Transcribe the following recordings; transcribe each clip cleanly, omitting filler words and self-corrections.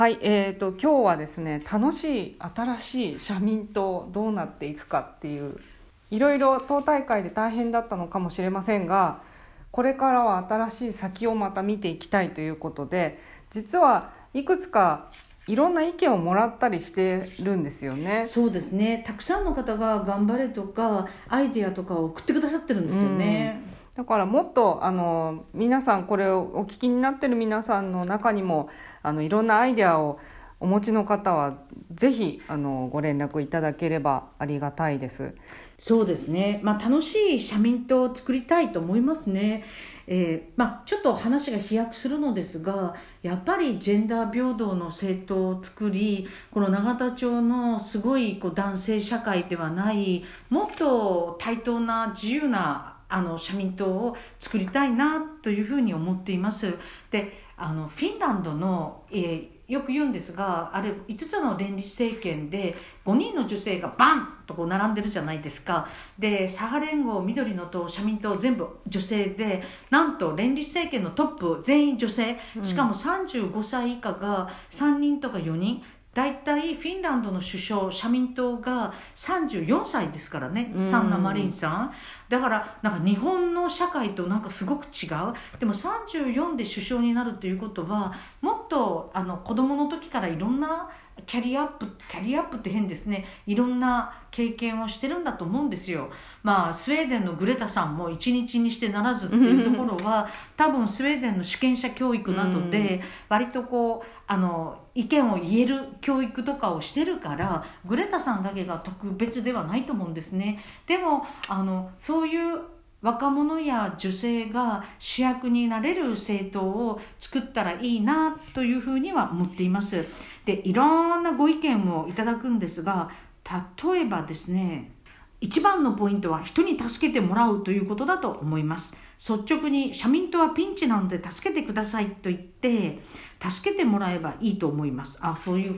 はい、今日はですね、楽しい新しい社民党どうなっていくかっていう、いろいろ党大会で大変だったのかもしれませんが、これからは新しい先をまた見ていきたいということで、実はいくつかいろんな意見をもらったりしてるんですよね。 そうですね、たくさんの方が頑張れとかアイデアとかを送ってくださってるんですよね。 だからもっと皆さん、これをお聞きになってる皆さんの中にもいろんなアイデアをお持ちの方はぜひご連絡いただければありがたいです。 そうですね、楽しい社民党を作りたいと思いますね。ちょっと話が飛躍するのですが、やっぱりジェンダー平等の政党を作り、この永田町のすごい男性社会ではない、もっと対等な自由な社民党を作りたいなというふうに思っています。で、フィンランドの、よく言うんですが、あれ5つの連立政権で5人の女性がバンと並んでるじゃないですか。で、左派連合、緑の党、社民党全部女性で、なんと連立政権のトップ全員女性、しかも35歳以下が3人とか4人。だいたいフィンランドの首相、社民党が34歳ですからね、サンナ・マリンさん。だから日本の社会とすごく違う。でも34で首相になるということは、もっと子供の時からいろんなキャリアアップって変ですね、いろんな経験をしてるんだと思うんですよ。スウェーデンのグレタさんも一日にしてならずっていうところは多分スウェーデンの主権者教育などで割と意見を言える教育とかをしてるから、グレタさんだけが特別ではないと思うんですね。でもそういう若者や女性が主役になれる政党を作ったらいいなというふうには思っています。で、いろんなご意見をいただくんですが、例えばですね、一番のポイントは人に助けてもらうということだと思います。率直に社民党はピンチなので助けてくださいと言って助けてもらえばいいと思います。そうね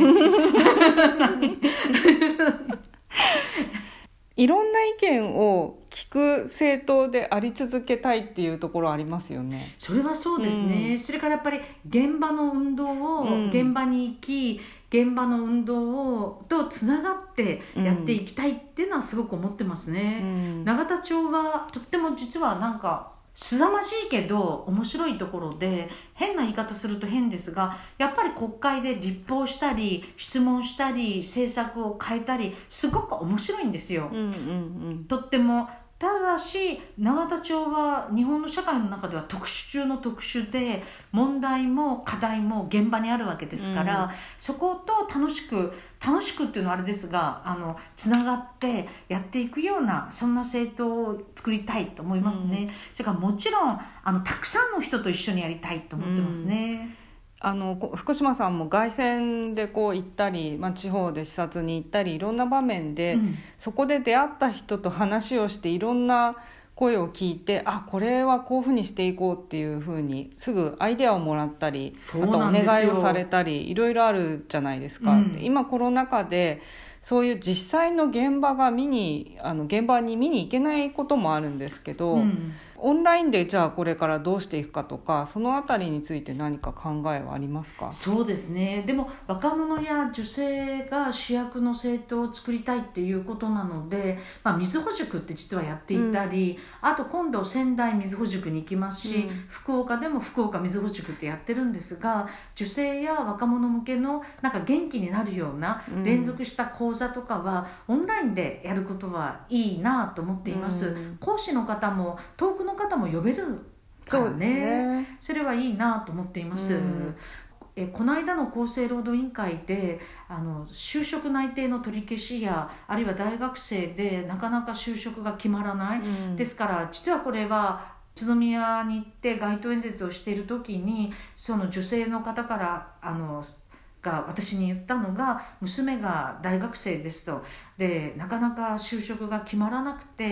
いろんな意見を聞く政党であり続けたいっていうところありますよね。 それはそうですね、それからやっぱり現場の運動を、現場に行き現場の運動とつながってやっていきたいっていうのはすごく思ってますね。永田町はとっても実はすさまじいけど面白いところで、変な言い方すると変ですが、やっぱり国会で立法したり質問したり政策を変えたりすごく面白いんですよ、とっても。ただし永田町は日本の社会の中では特殊中の特殊で、問題も課題も現場にあるわけですから、そこと楽しくっていうのはあれですが、つながってやっていくような、そんな政党を作りたいと思いますね。それからもちろんたくさんの人と一緒にやりたいと思ってますね。 福島さんも凱旋で行ったり、地方で視察に行ったりいろんな場面で、そこで出会った人と話をしていろんな声を聞いて、これはこういうふうにしていこうっていうふうにすぐアイデアをもらったり、あとお願いをされたりいろいろあるじゃないですか、今コロナ禍でそういう実際の現場に見に行けないこともあるんですけど、オンラインでじゃあこれからどうしていくかとか、そのあたりについて何か考えはありますか？ そうですね、でも若者や女性が主役の政党を作りたいっていうことなので、みずほ塾って実はやっていたり、あと今度仙台みずほ塾に行きますし、福岡でも福岡みずほ塾ってやってるんですが、女性や若者向けの元気になるような連続した講座とかはオンラインでやることはいいなと思っています、講師の方も遠くの方も呼べるからね、それはいいなと思っています。この間の厚生労働委員会で就職内定の取り消しや、あるいは大学生でなかなか就職が決まらない、ですから実はこれは宇都宮に行って街頭演説をしている時に、その女性の方からが私に言ったのが、娘が大学生ですと、でなかなか就職が決まらなくて、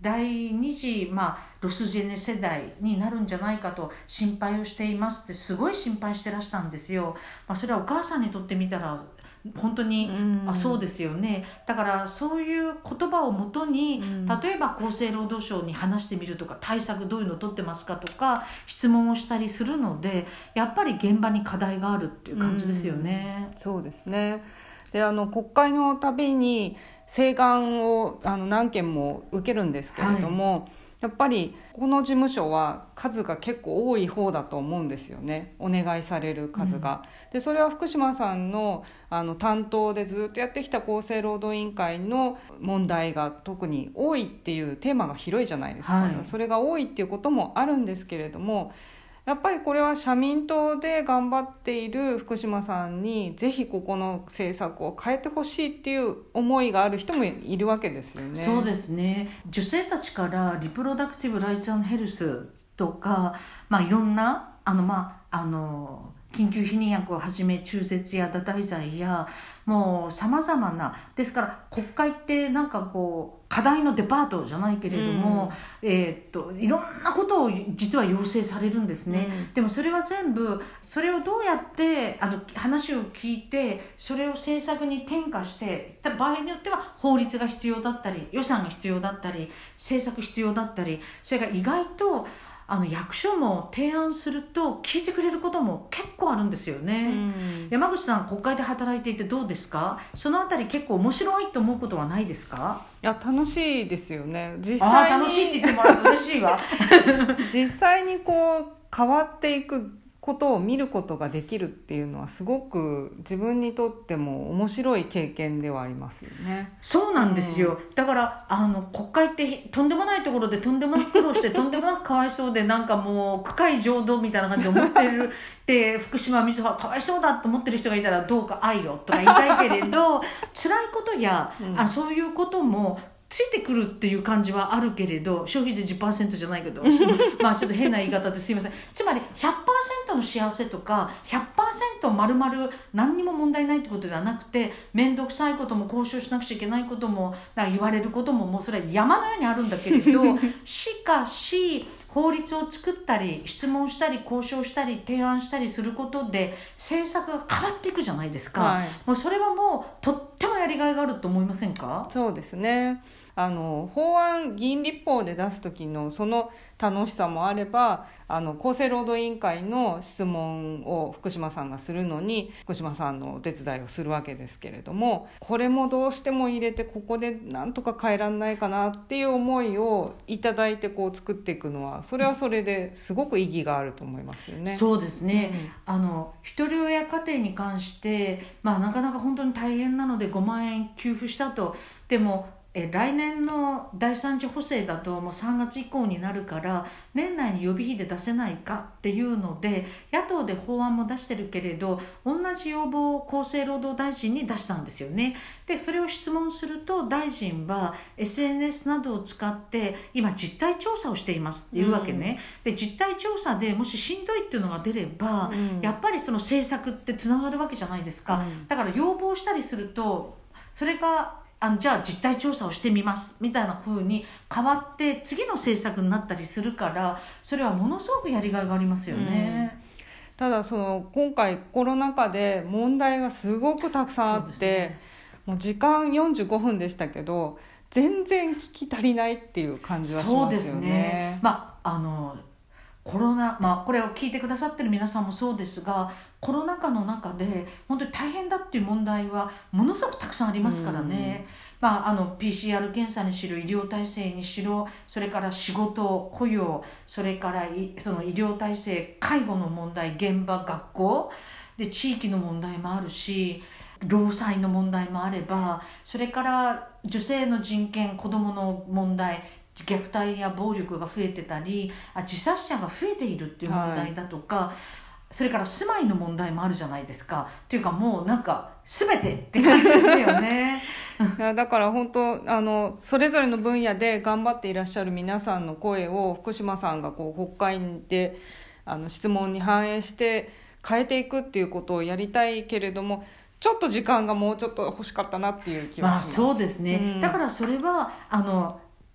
第2次、ロスジェネ世代になるんじゃないかと心配をしていますってすごい心配してらしたんですよ。それはお母さんにとってみたら本当に、そうですよね。だからそういう言葉をもとに、例えば厚生労働省に話してみるとか、対策どういうのを取ってますかとか質問をしたりするので、やっぱり現場に課題があるっていう感じですよね。 そうですね。で国会のたびに請願を何件も受けるんですけれども、やっぱりこの事務所は数が結構多い方だと思うんですよね、お願いされる数が。でそれは福島さんの担当でずっとやってきた厚生労働委員会の問題が特に多いっていうテーマが広いじゃないですか、それが多いっていうこともあるんですけれども、やっぱりこれは社民党で頑張っている福島さんにぜひここの政策を変えてほしいっていう思いがある人もいるわけですよね。 そうですね。女性たちからリプロダクティブライツ&ヘルスとか、いろんな緊急避妊薬をはじめ中絶や堕胎剤やもうさまざまな、ですから国会ってなんかこう課題のデパートじゃないけれども、いろんなことを実は要請されるんですね、でもそれは全部それをどうやって話を聞いてそれを政策に転嫁して場合によっては法律が必要だったり予算が必要だったり政策必要だったり、それが意外と役所も提案すると聞いてくれることも結構あるんですよね、山口さん国会で働いていてどうですか？そのあたり結構面白いと思うことはないですか？ いや楽しいですよね。実際に楽しいって言ってもらうと嬉しいわ実際にこう変わっていくことを見ることができるっていうのはすごく自分にとっても面白い経験ではありますよね。 そうなんですよ、だから国会ってとんでもないところでとんでもなく苦労してとんでもなくかわいそうでなんかもう区会浄土みたいな感じで思ってるで福島みずほかわいそうだと思ってる人がいたらどうか愛をとか言いたいけれど辛いことや、そういうこともついてくるっていう感じはあるけれど、消費税 10% じゃないけどちょっと変な言い方ですいません。つまり 100% の幸せとか 100% 丸々何にも問題ないってことではなくて、面倒くさいことも交渉しなくちゃいけないことも言われることももうそれは山のようにあるんだけれどしかし法律を作ったり質問したり交渉したり提案したりすることで政策が変わっていくじゃないですか、もうそれはもうとってもやりがいがあると思いませんか？ そうですね。法案議員立法で出す時のその楽しさもあれば厚生労働委員会の質問を福島さんがするのに福島さんのお手伝いをするわけですけれども、これもどうしても入れてここでなんとか変えらんないかなっていう思いをいただいてこう作っていくのはそれはそれですごく意義があると思いますよね。 そうですね、一人親家庭に関してなかなか本当に大変なので5万円給付したと。でも来年の第3次補正だともう3月以降になるから年内に予備費で出せないかっていうので野党で法案も出してるけれど同じ要望を厚生労働大臣に出したんですよね。でそれを質問すると大臣は SNS などを使って今実態調査をしていますっていうわけね、で実態調査でもししんどいっていうのが出れば、やっぱりその政策ってつながるわけじゃないですか、だから要望したりするとそれがじゃあ実態調査をしてみますみたいな風に変わって次の政策になったりするからそれはものすごくやりがいがありますよね、 ただ今回コロナ禍で問題がすごくたくさんあって、もう時間45分でしたけど全然聞き足りないっていう感じはしますよね。 そうですね、コロナ、これを聞いてくださってる皆さんもそうですがコロナ禍の中で本当に大変だっていう問題はものすごくたくさんありますからね、PCR 検査にしろ医療体制にしろそれから仕事雇用それからその医療体制介護の問題現場学校で地域の問題もあるし労災の問題もあればそれから女性の人権子どもの問題虐待や暴力が増えてたり自殺者が増えているっていう問題だとか、それから住まいの問題もあるじゃないですか。っていうかもうなんか全てって感じですよねだから本当それぞれの分野で頑張っていらっしゃる皆さんの声を福島さんがこう国会で質問に反映して変えていくっていうことをやりたいけれどもちょっと時間がもうちょっと欲しかったなっていう気はします。 そうですね、だからそれは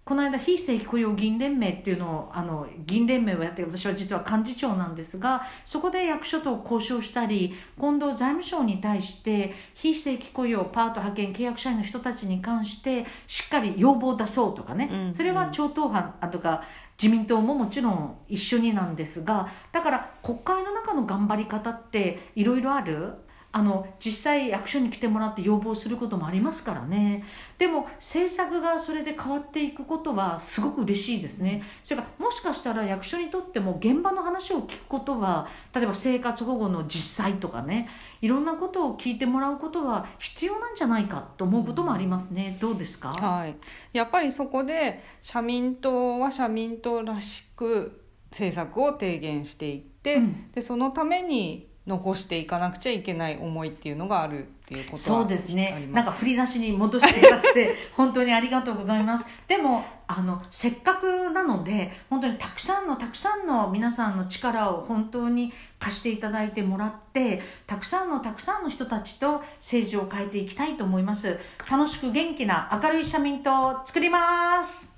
この間非正規雇用議員連盟っていうのを議員連盟をやって、私は実は幹事長なんですが、そこで役所と交渉したり、今度財務省に対して非正規雇用パート派遣契約社員の人たちに関してしっかり要望を出そうとかね、それは超党派とか自民党ももちろん一緒になんですが、だから国会の中の頑張り方っていろいろある。実際役所に来てもらって要望することもありますからね。でも政策がそれで変わっていくことはすごく嬉しいですね。それからもしかしたら役所にとっても現場の話を聞くことは、例えば生活保護の実際とかね、いろんなことを聞いてもらうことは必要なんじゃないかと思うこともありますね。どうですか？ はい、やっぱりそこで社民党は社民党らしく政策を提言していって、でそのために残していかなくちゃいけない思いっていうのがあるっていうことはあります。 そうですね。なんか振り出しに戻していただいて本当にありがとうございます。でもせっかくなので本当にたくさんの皆さんの力を本当に貸していただいてもらって、たくさんの人たちと政治を変えていきたいと思います。楽しく元気な明るい社民党を作ります。